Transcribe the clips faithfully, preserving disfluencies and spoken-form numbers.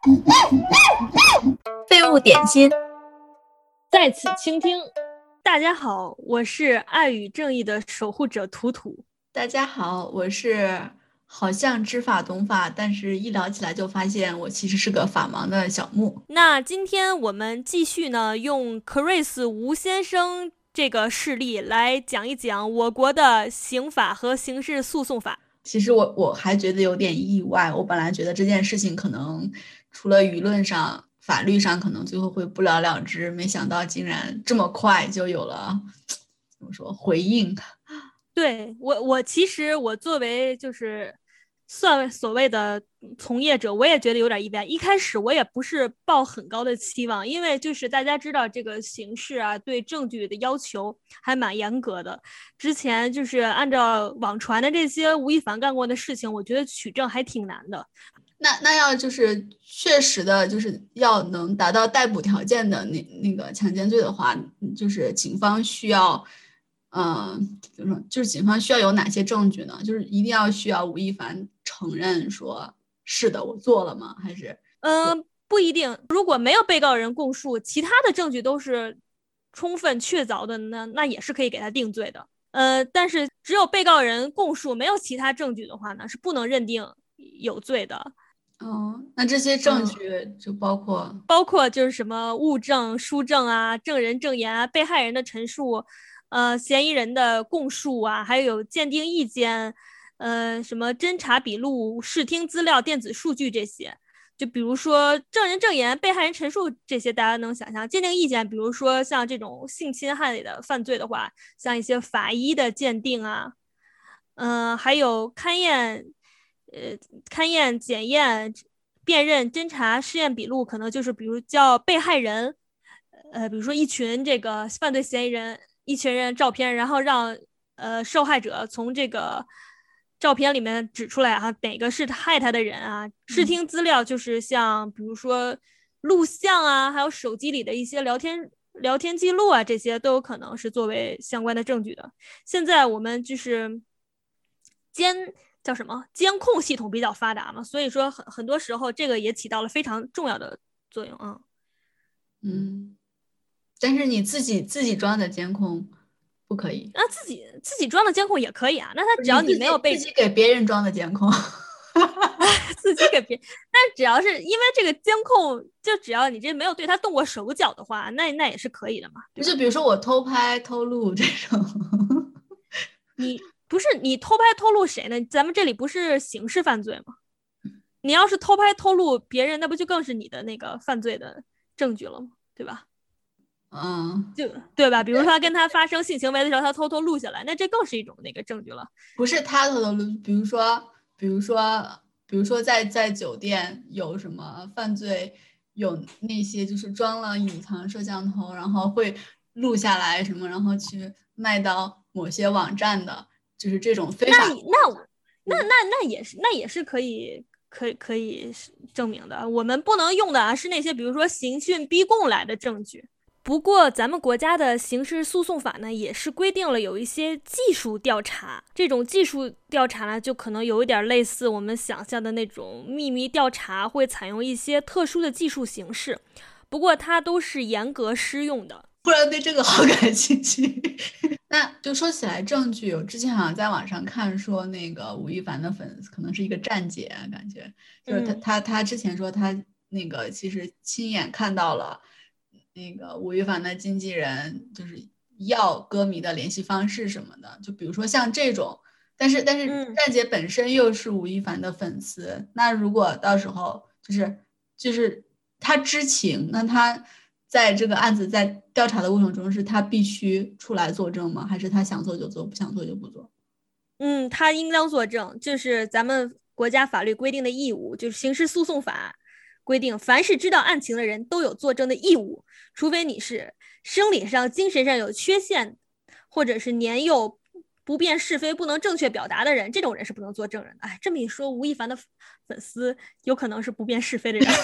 废物点心， 在此倾听。大家好，我是爱与正义的守护者图图。 大家好，我是好像知法懂法，但是一聊起来就发现我其实是个法盲的小木。 那今天我们继续呢，用 Chris 吴先生这个事例来讲一讲我国的刑法和刑事诉讼法。 其实我我还觉得有点意外，我本来觉得这件事情可能除了舆论上、法律上可能最后会不了了之，没想到竟然这么快就有了怎么说回应。 对，我我其实我作为就是算所谓的从业者，我也觉得有点意外。一开始我也不是抱很高的期望，因为就是大家知道这个刑事啊对证据的要求还蛮严格的。之前就是按照网传的这些吴亦凡干过的事情，我觉得取证还挺难的。 那那要就是确实的，就是要能达到逮捕条件的那那个强奸罪的话，就是警方需要。嗯，怎么说？就是警方需要有哪些证据呢？就是一定要需要吴亦凡承认说是的，我做了吗？还是？ 嗯、呃，不一定。如果没有被告人供述，其他的证据都是充分确凿的，那那也是可以给他定罪的。呃，但是只有被告人供述，没有其他证据的话呢，是不能认定有罪的。 哦，那这些证据就包括、 嗯、包括就是什么物证、书证啊、证人证言啊、被害人的陈述。呃，嫌疑人的供述啊，还有鉴定意见，呃，什么侦查笔录、视听资料、电子数据这些，就比如说证人证言、被害人陈述这些，大家能想象。鉴定意见，比如说像这种性侵害类的犯罪的话，像一些法医的鉴定啊，嗯、呃，还有勘验，呃，勘验、检验、辨认、侦查、试验笔录，可能就是比如叫被害人，呃，比如说一群这个犯罪嫌疑人。一群人照片，然后让呃受害者从这个照片里面指出来啊，哪个是害他的人啊？视听资料就是像比如说录像啊，还有手机里的一些聊天聊天记录啊，这些都有可能是作为相关的证据的。现在我们就是监叫什么监控系统比较发达嘛，所以说很很多时候这个也起到了非常重要的作用啊。 嗯。但是你自己自己装的监控不可以， 那自己自己装的监控也可以啊。那他只要你没有被自己给别人装的监控， 自己给别，但只要是因为这个监控，就只要你这没有对他动过手脚的话，那那也是可以的嘛。对吧？ 就比如说我偷拍偷录这种， 你不是你偷拍偷录谁呢？咱们这里不是刑事犯罪吗？你要是偷拍偷录别人，那不就更是你的那个犯罪的证据了吗？对吧？ 嗯， 就对吧？比如说他跟他发生性行为的时候，他偷偷录下来，那这更是一种那个证据了。 不是他偷偷录，比如说，比如说，比如说在在酒店有什么犯罪，有那些就是装了隐藏摄像头，然后会录下来什么，然后去卖到某些网站的，就是这种非法。 那那那那那也是那也是可以可以可以证明的。我们不能用的啊是那些比如说刑讯逼供来的证据。不过，咱们国家的刑事诉讼法呢，也是规定了有一些技术调查。这种技术调查呢，就可能有一点类似我们想象的那种秘密调查，会采用一些特殊的技术形式。不过，它都是严格适用的。 突然对这个好感兴趣。那就说起来证据，我之前好像在网上看说，那个吴亦凡的粉丝可能是一个站姐，感觉就是他、嗯、他他之前说他那个其实亲眼看到了。那个吴亦凡的经纪人就是要歌迷的联系方式什么的，就比如说像这种，但是但是站姐本身又是吴亦凡的粉丝，嗯、那如果到时候就是就是他知情，那他在这个案子在调查的过程中，是他必须出来作证吗？还是他想做就做，不想做就不做？ 嗯，他应当作证，就是咱们国家法律规定的义务，就是刑事诉讼法。规定，凡是知道案情的人都有作证的义务，除非你是生理上、精神上有缺陷，或者是年幼、不辨是非、不能正确表达的人，这种人是不能做证人的。哎，这么一说，吴亦凡的粉丝有可能是不辨是非的人。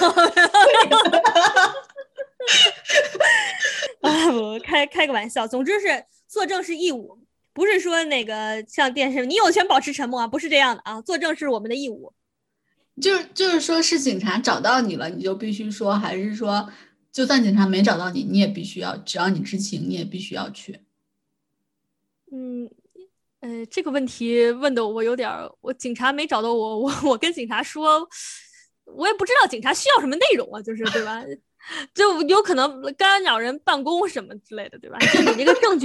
啊，我开开个玩笑。总之是作证是义务，不是说那个像电视你有权保持沉默啊，不是这样的啊，作证是我们的义务。 就是就是说是警察找到你了，你就必须说，还是说就算警察没找到你，你也必须要，只要你知情，你也必须要去？ 嗯，呃，这个问题问的我有点儿，我警察没找到我，我我跟警察说，我也不知道警察需要什么内容啊，就是对吧？就有可能干扰人办公什么之类的，对吧？就你这个证据，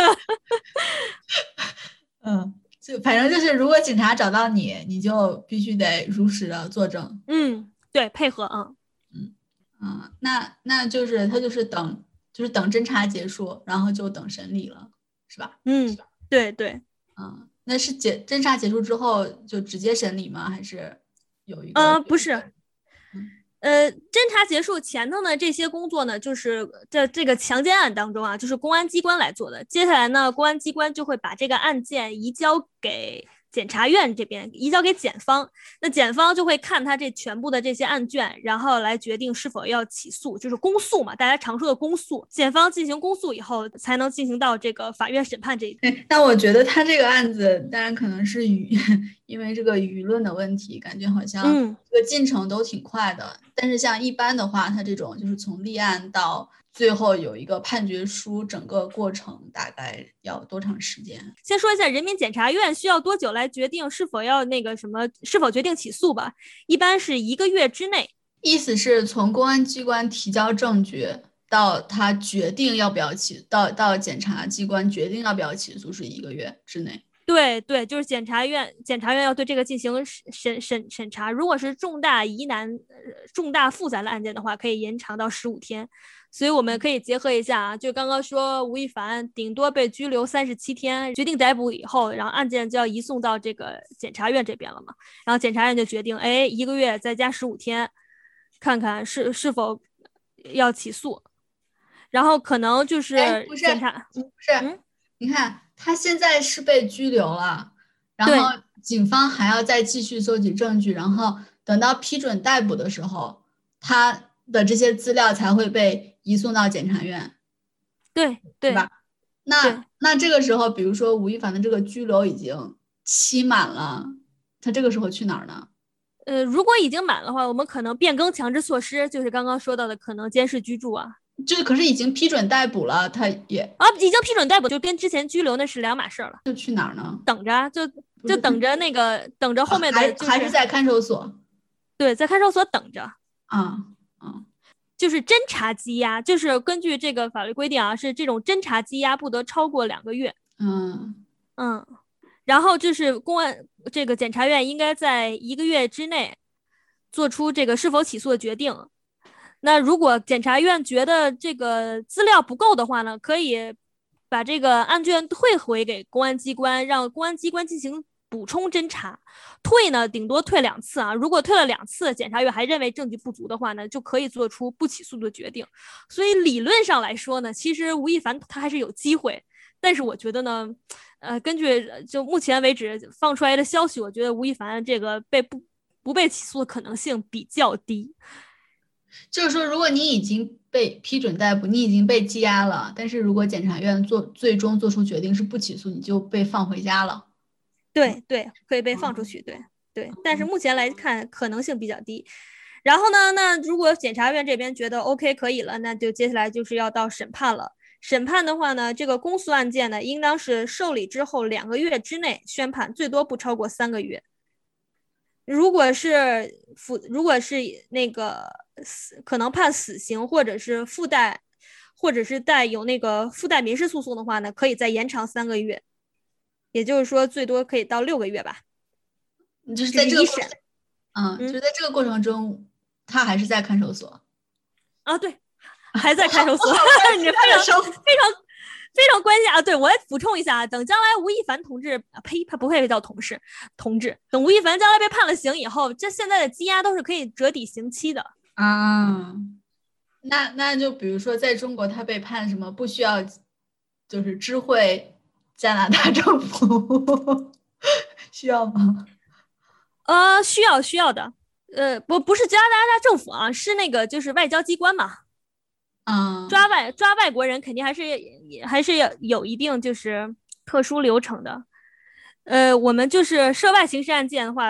嗯，就反正就是，如果警察找到你，你就必须得如实的作证。 嗯，对，配合啊， 嗯嗯，那那就是他就是等就是等侦查结束，然后就等审理了，是吧？ 嗯，对对。 嗯，那是结侦查结束之后就直接审理吗？还是有一个？ 呃，不是， 嗯呃，侦查结束前头呢，这些工作呢，就是在这个强奸案当中啊，就是公安机关来做的。接下来呢，公安机关就会把这个案件移交给检察院这边，移交给检方。那检方就会看他这全部的这些案卷，然后来决定是否要起诉，就是公诉嘛，大家常说的公诉。检方进行公诉以后，才能进行到这个法院审判这一步。 但我觉得他这个案子，当然可能是舆，因为这个舆论的问题，感觉好像嗯。 这个进程都挺快的。但是像一般的话，他这种就是从立案到最后有一个判决书，整个过程大概要多长时间？ 先说一下人民检察院需要多久来决定是否要那个什么，是否决定起诉吧？一般是一个月之内。 意思是从公安机关提交证据到他决定要不要起，到到检察机关决定要不要起诉是一个月之内。 对对，就是检察院，检察院要对这个进行审审审查。如果是重大疑难、呃、重大复杂的案件的话，可以延长到十五天。所以我们可以结合一下啊，就刚刚说吴亦凡顶多被拘留三十七天，决定逮捕以后，然后案件就要移送到这个检察院这边了嘛。然后检察院就决定，哎，一个月再加十五天，看看是是否要起诉。然后可能就是检察， 不是， 嗯， 你看他现在是被拘留了，然后警方还要再继续搜集证据，然后等到批准逮捕的时候，他的这些资料才会被移送到检察院， 对对吧？那那这个时候，比如说吴亦凡的这个拘留已经期满了，他这个时候去哪儿呢？ 呃，如果已经满的话，我们可能变更强制措施，就是刚刚说到的可能监视居住啊。 就可是已经批准逮捕了，他也啊，已经批准逮捕，就跟之前拘留那是两码事了。 就去哪儿呢？ 等着，就就等着那个等着后面的、就是还还是在看守所。 对，在看守所等着。 啊啊， 就是侦查羁押，就是根据这个法律规定啊，是这种侦查羁押不得超过两个月。 嗯嗯，然后就是公安这个检察院应该在一个月之内做出这个是否起诉的决定。那如果检察院觉得这个资料不够的话呢，可以把这个案卷退回给公安机关，让公安机关进行补充侦查。退呢，顶多退两次啊。如果退了两次，检察院还认为证据不足的话呢，就可以做出不起诉的决定。所以理论上来说呢，其实吴亦凡他还是有机会。但是我觉得呢，呃，根据就目前为止放出来的消息，我觉得吴亦凡这个被不不被起诉的可能性比较低。 就是说，如果你已经被批准逮捕，你已经被羁押了，但是如果检察院做最终做出决定是不起诉，你就被放回家了。 对对，可以被放出去。对对，但是目前来看可能性比较低。然后呢，那如果检察院这边觉得 OK 可以了，那就接下来就是要到审判了。审判的话呢，这个公诉案件呢，应当是受理之后两个月之内宣判，最多不超过三个月。如果是附，如果是那个死，可能判死刑，或者是附带，或者是带有那个附带民事诉讼的话呢，可以再延长三个月，也就是说最多可以到六个月吧。 就是在这个审， 嗯，就是在这个过程中，他还是在看守所。 啊，对，还在看守所，你非常非常。非常关键啊！对，我也补充一下啊，等将来吴亦凡同志，呸，他不会叫同事，同志。等吴亦凡将来被判了刑以后，这现在的羁押都是可以折抵刑期的啊。那那就比如说，在中国他被判什么不需要，就是知会加拿大政府，需要吗？ 呃，需要需要的。呃，不不是加拿大政府啊，是那个就是外交机关嘛。 嗯， 抓外抓外国人肯定还是还是有一定就是特殊流程的。呃，我们就是涉外刑事案件的话，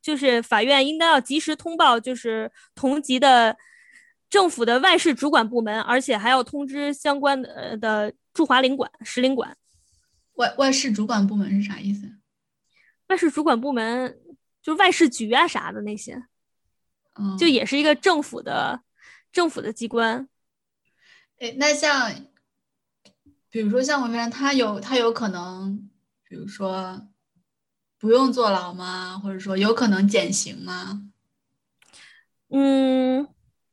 就是法院应当要及时通报，就是同级的政府的外事主管部门，而且还要通知相关的呃的驻华领馆、使领馆。 外外事主管部门是啥意思？ 外事主管部门就是外事局啊啥的那些， 嗯， 就也是一个政府的政府的机关。 哎，那像比如说像我们他有他有可能，比如说不用坐牢吗？或者说有可能减刑吗？ 嗯，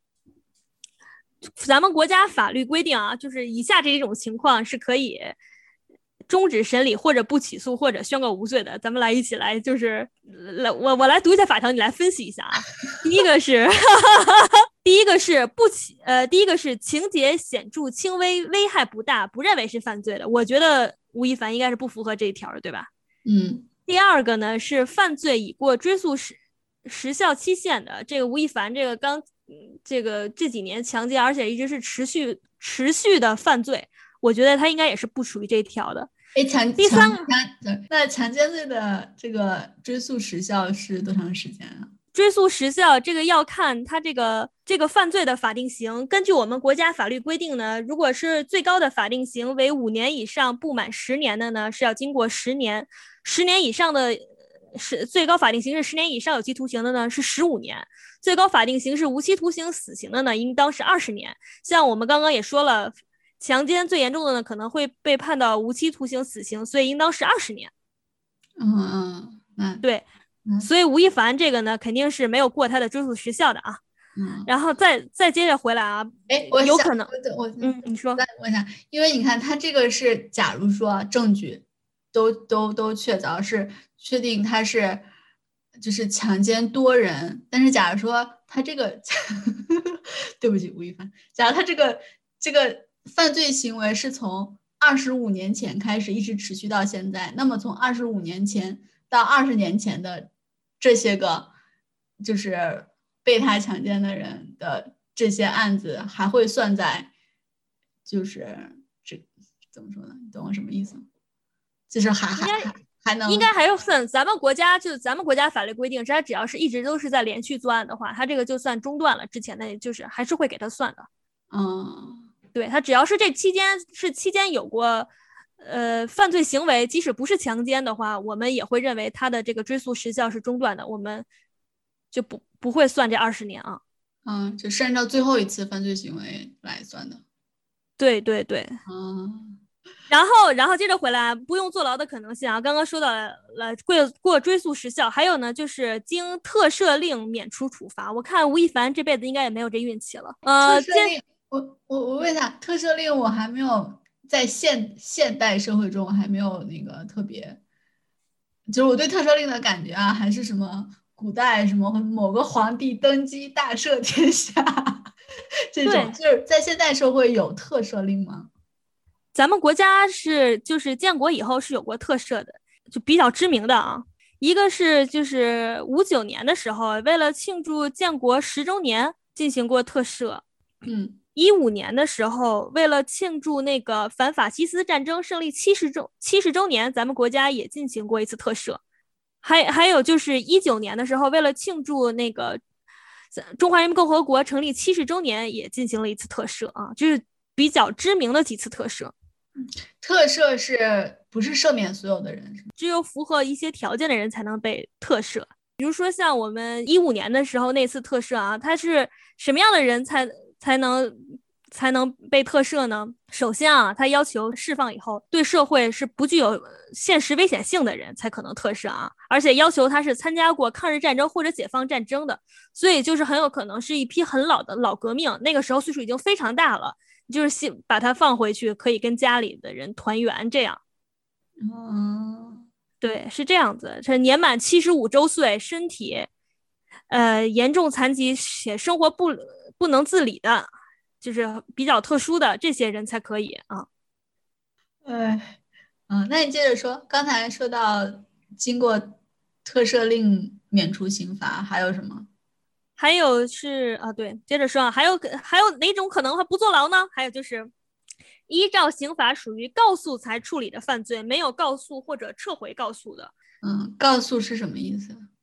咱们国家法律规定啊，就是以下这种情况是可以终止审理或者不起诉或者宣告无罪的。咱们来一起来，就是来我我来读一下法条，你来分析一下啊。第一个是第一个是不起呃，第一个是情节显著轻微，危害不大，不认为是犯罪的。我觉得吴亦凡应该是不符合这一条的，对吧？ 嗯。 第二个呢是犯罪已过追诉时时效期限的，这个吴亦凡这个刚这个这几年强奸，而且一直是持续持续的犯罪，我觉得他应该也是不属于这一条的。 哎，强第三个， 强那强奸罪的这个追诉时效是多长时间啊？ 追诉时效这个要看他这个这个犯罪的法定刑。根据我们国家法律规定呢，如果是最高的法定刑为五年以上不满十年的呢，是要经过十年；十年以上的是最高法定刑是十年以上有期徒刑的呢，是十五年；最高法定刑是无期徒刑、死刑的呢，应当是二十年。像我们刚刚也说了，强奸最严重的呢，可能会被判到无期徒刑、死刑，所以应当是二十年。 嗯嗯嗯， 对。 嗯， 所以吴亦凡这个呢，肯定是没有过他的追诉时效的啊。 嗯， 然后再再接着回来啊， 哎，我有可能， 我嗯，你说， 再问一下，因为你看他这个是，假如说证据都都都确凿，是确定他是就是强奸多人，但是假如说他这个，对不起，吴亦凡，假如他这个这个犯罪行为是从二十五年前开始一直持续到现在，那么从二十五年前到二十年前的这些个就是被他强奸的人的这些案子，还会算在就是这怎么说呢？你懂我什么意思吗？就是还还还还能应该还有算咱们国家就咱们国家法律规定，他只要是一直都是在连续作案的话，他这个就算中断了，之前的就是还是会给他算的。 嗯， 对，他只要是这期间是期间有过呃犯罪行为，即使不是强奸的话，我们也会认为他的这个追诉时效是中断的，我们就不不会算这二十年啊。 嗯，就是按照最后一次犯罪行为来算的。 对对对。 嗯， 然后，然后接着回来，不用坐牢的可能性啊，刚刚说到了过过追诉时效，还有呢，就是经特赦令免除处罚。我看吴亦凡这辈子应该也没有这运气了。呃， 特赦令，我我我问一下，特赦令我还没有在现现代社会中还没有那个特别，就是我对特赦令的感觉啊，还是什么古代什么某个皇帝登基大赦天下这种，就是在现代社会有特赦令吗？ 咱们国家是就是建国以后是有过特赦的，就比较知名的啊。一个是就是五九年的时候，为了庆祝建国十周年进行过特赦。 嗯， 一五年的时候，为了庆祝那个反法西斯战争胜利七十周七十周年，咱们国家也进行过一次特赦。还还有就是一九年的时候，为了庆祝那个中华人民共和国成立七十周年，也进行了一次特赦啊，这是比较知名的几次特赦。 特赦是不是赦免所有的人？ 只有符合一些条件的人才能被特赦。比如说像我们一五年的时候那次特赦啊，它是什么样的人才才能才能被特赦呢？首先啊，他要求释放以后对社会是不具有现实危险性的人才可能特赦啊，而且要求他是参加过抗日战争或者解放战争的，所以就是很有可能是一批很老的老革命，那个时候岁数已经非常大了，就是把他放回去可以跟家里的人团圆这样。 嗯， 对，是这样子，是年满七十五周岁，身体呃严重残疾且生活不不能自理的，就是比较特殊的这些人才可以啊。 哎，嗯，那你接着说，刚才说到经过特赦令免除刑罚，还有什么？ 还有是啊，对，接着说啊，还有还有哪种可能还不坐牢呢？还有就是依照刑法属于告诉才处理的犯罪，没有告诉或者撤回告诉的。 嗯，告诉是什么意思？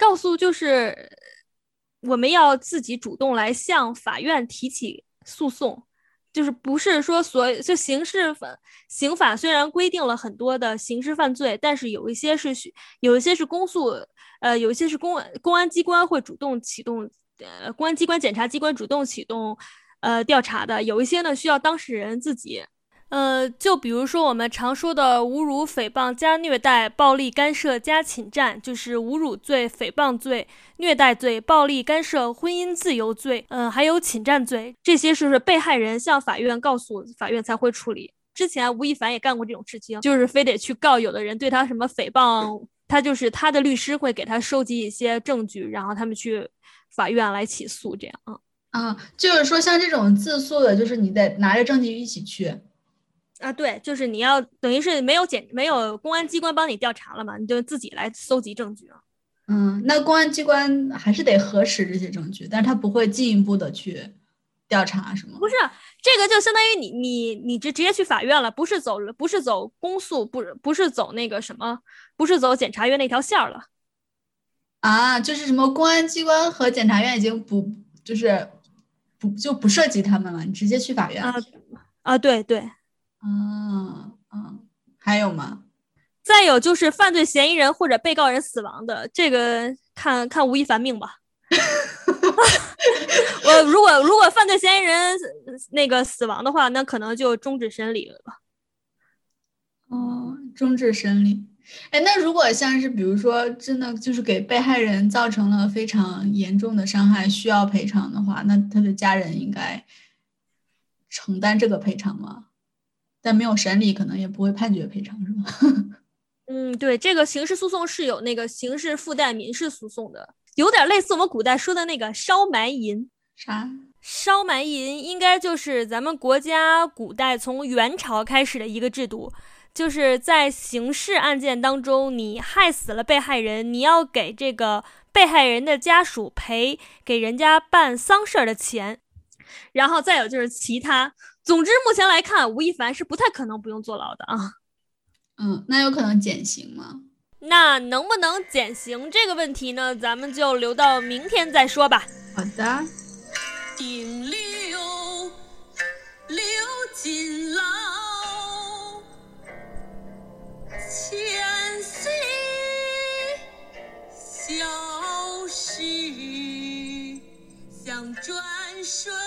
告诉就是我们要自己主动来向法院提起诉讼，就是不是说所有就刑事法刑法虽然规定了很多的刑事犯罪，但是有一些是有一些是公诉，呃，有一些是公公安机关会主动启动，呃，公安机关、检察机关主动启动呃调查的，有一些呢需要当事人自己。呃，就比如说我们常说的侮辱、诽谤加虐待、暴力干涉加侵占，就是侮辱罪、诽谤罪、虐待罪、暴力干涉婚姻自由罪，呃，还有侵占罪，这些是被害人向法院告诉，法院才会处理。之前吴亦凡也干过这种事情，就是非得去告有的人对他什么诽谤，他就是他的律师会给他收集一些证据，然后他们去法院来起诉，这样啊。 啊，就是说像这种自诉的，就是你得拿着证据一起去。 啊，对，就是你要等于是没有检没有公安机关帮你调查了嘛，你就自己来搜集证据啊。 嗯，那公安机关还是得核实这些证据，但是他不会进一步的去调查，是吗？ 不是，这个就相当于你你你直直接去法院了，不是走不是走公诉，不不是走那个什么，不是走检察院那条线了。 啊，就是什么公安机关和检察院已经不就是不就不涉及他们了，你直接去法院。 啊啊，对对。 嗯嗯，还有吗？ 再有就是犯罪嫌疑人或者被告人死亡的，这个看看吴亦凡命吧。我如果如果犯罪嫌疑人那个死亡的话，那可能就终止审理了吧。 哦，终止审理。哎，那如果像是比如说真的就是给被害人造成了非常严重的伤害，需要赔偿的话，那他的家人应该承担这个赔偿吗？但没有审理，可能也不会判决赔偿，是吧？ 嗯，对，这个刑事诉讼是有那个刑事附带民事诉讼的，有点类似我们古代说的那个烧埋银。 啥？ 烧埋银应该就是咱们国家古代从元朝开始的一个制度，就是在刑事案件当中，你害死了被害人，你要给这个被害人的家属赔给人家办丧事的钱，然后再有就是其他。总之，目前来看，吴亦凡是不太可能不用坐牢的啊。 嗯，那有可能减刑吗？ 那能不能减刑这个问题呢，咱们就留到明天再说吧。 好的。 顶流流进牢，千岁消失，像转瞬。